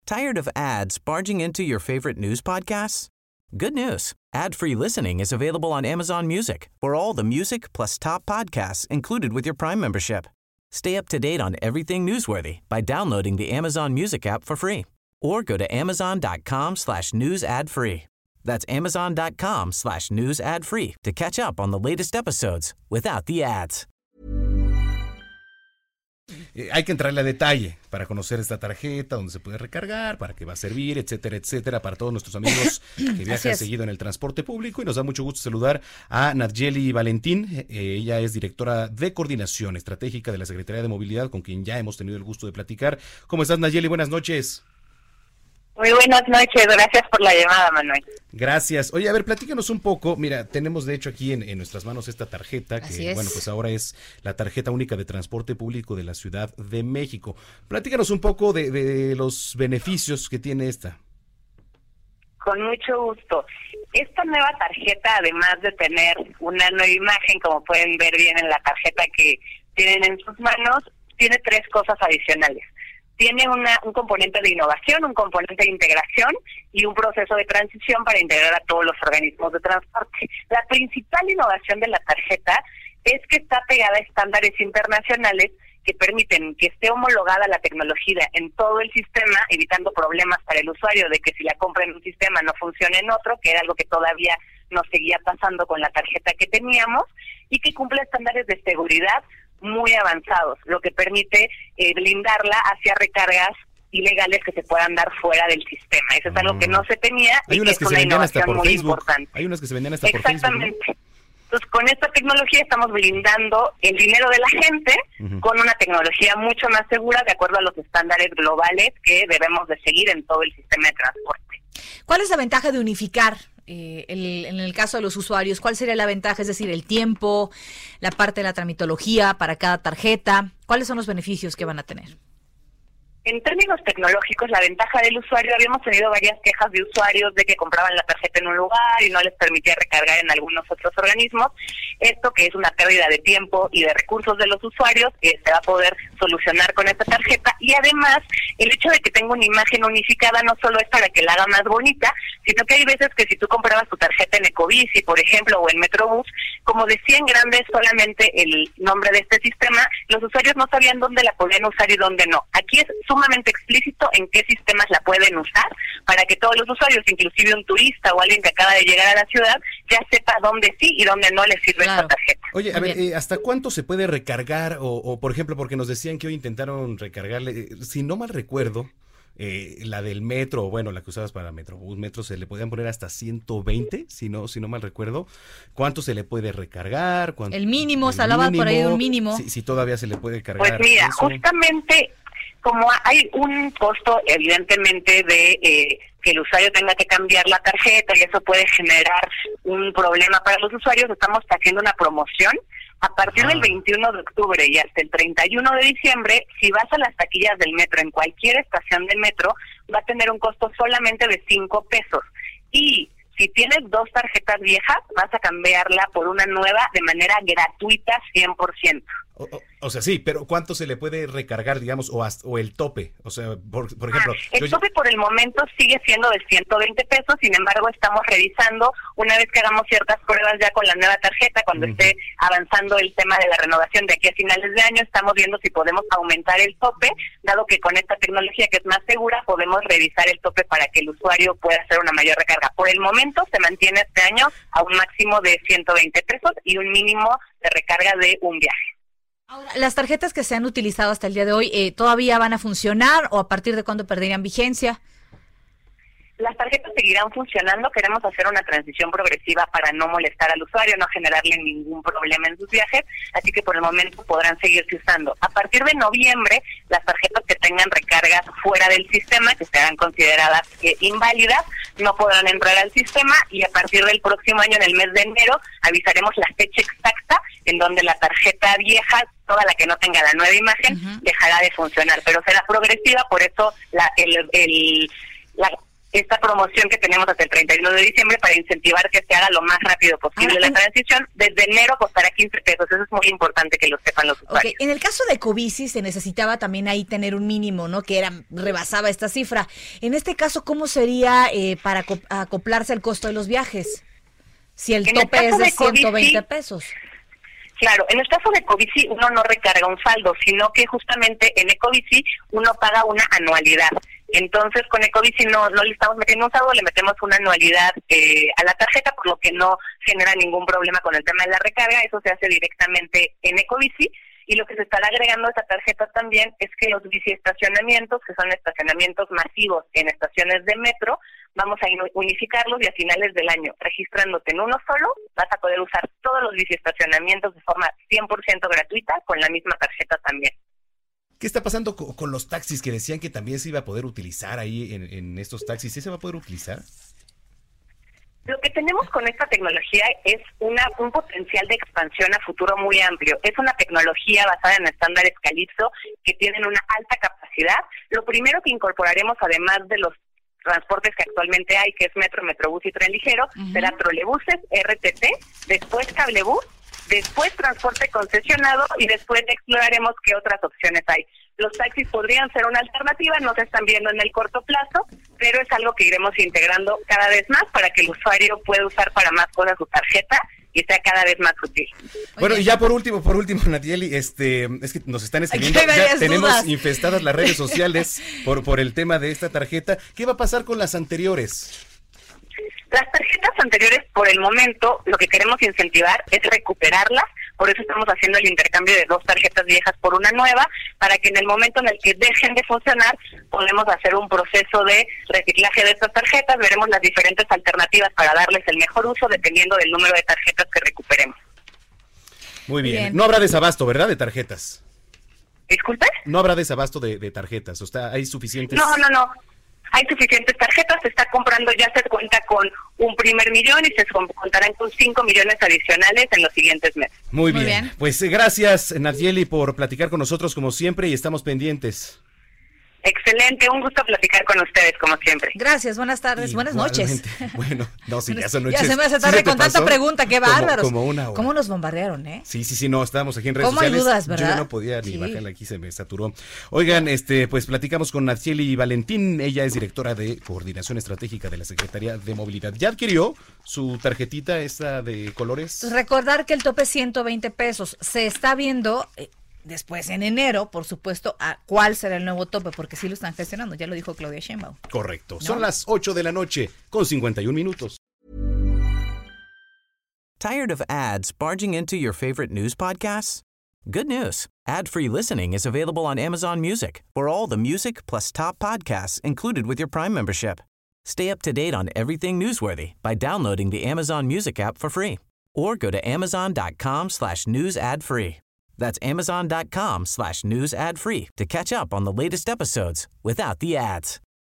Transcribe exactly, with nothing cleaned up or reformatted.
Tired of ads barging into your favorite news podcasts? Good news. Ad-free listening is available on Amazon Music for all the music plus top podcasts included with your Prime membership. Stay up to date on everything newsworthy by downloading the Amazon Music app for free or go to amazon.com slash news ad free. That's amazon.com slash news ad free to catch up on the latest episodes without the ads. Eh, hay que entrarle a detalle para conocer esta tarjeta, dónde se puede recargar, para qué va a servir, etcétera, etcétera, para todos nuestros amigos que viajan seguido en el transporte público. Y nos da mucho gusto saludar a Nayeli Valentín. Eh, ella es directora de Coordinación Estratégica de la Secretaría de Movilidad, con quien ya hemos tenido el gusto de platicar. ¿Cómo estás, Nayeli? Buenas noches. Muy buenas noches, gracias por la llamada, Manuel. Gracias. Oye, a ver, platícanos un poco. Mira, tenemos de hecho aquí en, en nuestras manos esta tarjeta, Así que es. bueno, pues ahora es la tarjeta única de transporte público de la Ciudad de México. Platícanos un poco de, de los beneficios que tiene esta. Con mucho gusto. Esta nueva tarjeta, además de tener una nueva imagen, como pueden ver bien en la tarjeta que tienen en sus manos, tiene tres cosas adicionales. Tiene una, un componente de innovación, un componente de integración y un proceso de transición para integrar a todos los organismos de transporte. La principal innovación de la tarjeta es que está pegada a estándares internacionales que permiten que esté homologada la tecnología en todo el sistema, evitando problemas para el usuario de que si la compra en un sistema no funcione en otro, que era algo que todavía nos seguía pasando con la tarjeta que teníamos, y que cumple estándares de seguridad muy avanzados, lo que permite eh, blindarla hacia recargas ilegales que se puedan dar fuera del sistema. Eso es algo que no se tenía Hay y unas que que es se una vendían hasta innovación por muy Facebook. importante. Hay unas que se vendían hasta por Facebook, Exactamente. ¿no? Entonces, con esta tecnología estamos blindando el dinero de la gente uh-huh. con una tecnología mucho más segura de acuerdo a los estándares globales que debemos de seguir en todo el sistema de transporte. ¿Cuál es la ventaja de unificar eh, el, en el caso de los usuarios? ¿Cuál sería la ventaja? Es decir, el tiempo, la parte de la tramitología para cada tarjeta. ¿Cuáles son los beneficios que van a tener? En términos tecnológicos, la ventaja del usuario, habíamos tenido varias quejas de usuarios de que compraban la tarjeta en un lugar y no les permitía recargar en algunos otros organismos. Esto, que es una pérdida de tiempo y de recursos de los usuarios, eh, se va a poder solucionar con esta tarjeta. Y además, el hecho de que tenga una imagen unificada no solo es para que la haga más bonita, sino que hay veces que si tú comprabas tu tarjeta en Ecobici, por ejemplo, o en Metrobús, como decía en grande solamente el nombre de este sistema, los usuarios no sabían dónde la podían usar y dónde no. Aquí es sumamente explícito en qué sistemas la pueden usar para que todos los usuarios, inclusive un turista o alguien que acaba de llegar a la ciudad, ya sepa dónde sí y dónde no le sirve claro. esta tarjeta. Oye, a ver, eh, ¿hasta cuánto se puede recargar? O, o, por ejemplo, porque nos decían que hoy intentaron recargarle, eh, si no mal recuerdo, eh, la del metro, o bueno, la que usabas para Metrobús, metro, se le podían poner hasta ciento veinte, si no, si no mal recuerdo. ¿Cuánto se le puede recargar? ¿Cuánto, el mínimo, se hablaba por ahí de un mínimo. Si, si todavía se le puede cargar. Pues mira, eso. justamente como hay un costo evidentemente de eh, que el usuario tenga que cambiar la tarjeta y eso puede generar un problema para los usuarios, estamos haciendo una promoción. A partir ah. del veintiuno de octubre y hasta el treinta y uno de diciembre, si vas a las taquillas del metro en cualquier estación del metro, va a tener un costo solamente de cinco pesos. Y si tienes dos tarjetas viejas, vas a cambiarla por una nueva de manera gratuita cien por ciento. O, o, o sea, sí, pero ¿cuánto se le puede recargar, digamos, o, hasta, o el tope? O sea, por, por ejemplo... Ah, el yo... tope por el momento sigue siendo de ciento veinte pesos, sin embargo estamos revisando, una vez que hagamos ciertas pruebas ya con la nueva tarjeta, cuando uh-huh. esté avanzando el tema de la renovación de aquí a finales de año, estamos viendo si podemos aumentar el tope, dado que con esta tecnología que es más segura, podemos revisar el tope para que el usuario pueda hacer una mayor recarga. Por el momento se mantiene este año a un máximo de ciento veinte pesos y un mínimo de recarga de un viaje. Ahora, las tarjetas que se han utilizado hasta el día de hoy, eh, ¿todavía van a funcionar o a partir de cuándo perderían vigencia? Las tarjetas seguirán funcionando, queremos hacer una transición progresiva para no molestar al usuario, no generarle ningún problema en sus viajes, así que por el momento podrán seguirse usando. A partir de noviembre, las tarjetas que tengan recargas fuera del sistema, que serán consideradas eh, inválidas, no podrán entrar al sistema y a partir del próximo año, en el mes de enero, avisaremos la fecha exacta en donde la tarjeta vieja, toda la que no tenga la nueva imagen, uh-huh. dejará de funcionar, pero será progresiva, por eso la, el, el, la esta promoción que tenemos hasta el treinta y uno de diciembre para incentivar que se haga lo más rápido posible ah, la en... transición. Desde enero costará quince pesos, eso es muy importante que lo sepan los usuarios. Okay. En el caso de Ecobici se necesitaba también ahí tener un mínimo, ¿no? Que era rebasaba esta cifra. En este caso, ¿cómo sería eh, para acoplarse al costo de los viajes? Si el en tope el es de, de ciento veinte pesos. Claro, en el caso de Ecobici uno no recarga un saldo, sino que justamente en Ecobici uno paga una anualidad. Entonces con Ecobici no, no le estamos metiendo un saldo, le metemos una anualidad eh, a la tarjeta, por lo que no genera ningún problema con el tema de la recarga. Eso se hace directamente en Ecobici. Y lo que se estará agregando a esta tarjeta también es que los biciestacionamientos, que son estacionamientos masivos en estaciones de metro, vamos a unificarlos y a finales del año, registrándote en uno solo, vas a poder usar todos los biciestacionamientos de forma cien por ciento gratuita con la misma tarjeta también. ¿Qué está pasando con, con los taxis que decían que también se iba a poder utilizar ahí en, en estos taxis? ¿Sí se va a poder utilizar? Lo que tenemos con esta tecnología es una un potencial de expansión a futuro muy amplio. Es una tecnología basada en estándares Calypso que tienen una alta capacidad. Lo primero que incorporaremos, además de los transportes que actualmente hay, que es metro, metrobús y tren ligero, uh-huh. será trolebuses, R T T, después cablebús, después transporte concesionado y después exploraremos qué otras opciones hay. Los taxis podrían ser una alternativa, no se están viendo en el corto plazo, pero es algo que iremos integrando cada vez más para que el usuario pueda usar para más cosas su tarjeta y sea cada vez más útil. Bueno, y ya por último, por último, Natieli, este, es que nos están escribiendo, ya tenemos dudas. Infestadas las redes sociales por, por el tema de esta tarjeta. ¿Qué va a pasar con las anteriores? Las tarjetas anteriores, por el momento, lo que queremos incentivar es recuperarlas, por eso estamos haciendo el intercambio de dos tarjetas viejas por una nueva, para que en el momento en el que dejen de funcionar, podemos hacer un proceso de reciclaje de estas tarjetas, veremos las diferentes alternativas para darles el mejor uso, dependiendo del número de tarjetas que recuperemos. Muy bien, bien. No habrá desabasto, ¿verdad?, de tarjetas. ¿Disculpe? No habrá desabasto de, de tarjetas, o sea, hay suficientes... No, no, no. Hay suficientes tarjetas, se está comprando, ya se cuenta con un primer millón y se contarán con cinco millones adicionales en los siguientes meses. Muy bien, Muy bien. Pues gracias, Natieli, por platicar con nosotros como siempre y estamos pendientes. Excelente, un gusto platicar con ustedes como siempre. Gracias, buenas tardes, buenas noches. Bueno, no, sí, ya son noches. Ya se me hace tarde ¿Sí con tanta pregunta, qué bárbaros. Como, como una hora. ¿Cómo nos bombardearon, eh? Sí, sí, sí, no, estábamos aquí en redes ¿Cómo sociales. ¿Cómo hay dudas, verdad? Yo no podía ni sí. bajarla aquí, se me saturó. Sí. Oigan, este, pues platicamos con Natieli Valentín, ella es directora de Coordinación Estratégica de la Secretaría de Movilidad. ¿Ya adquirió su tarjetita esta de colores? Recordar que el tope es ciento veinte pesos. Se está viendo... Eh, Después, en enero, por supuesto, a cuál será el nuevo tope, porque sí lo están gestionando, ya lo dijo Claudia Sheinbaum. Correcto. ¿No? Son las ocho de la noche, con cincuenta y un minutos. Tired of ads barging into your favorite news podcasts? Good news. Ad-free listening is available on Amazon Music for all the music plus top podcasts included with your Prime membership. Stay up to date on everything newsworthy by downloading the Amazon Music app for free or go to amazon.com slash news ad free. That's amazon.com slash news ad free to catch up on the latest episodes without the ads.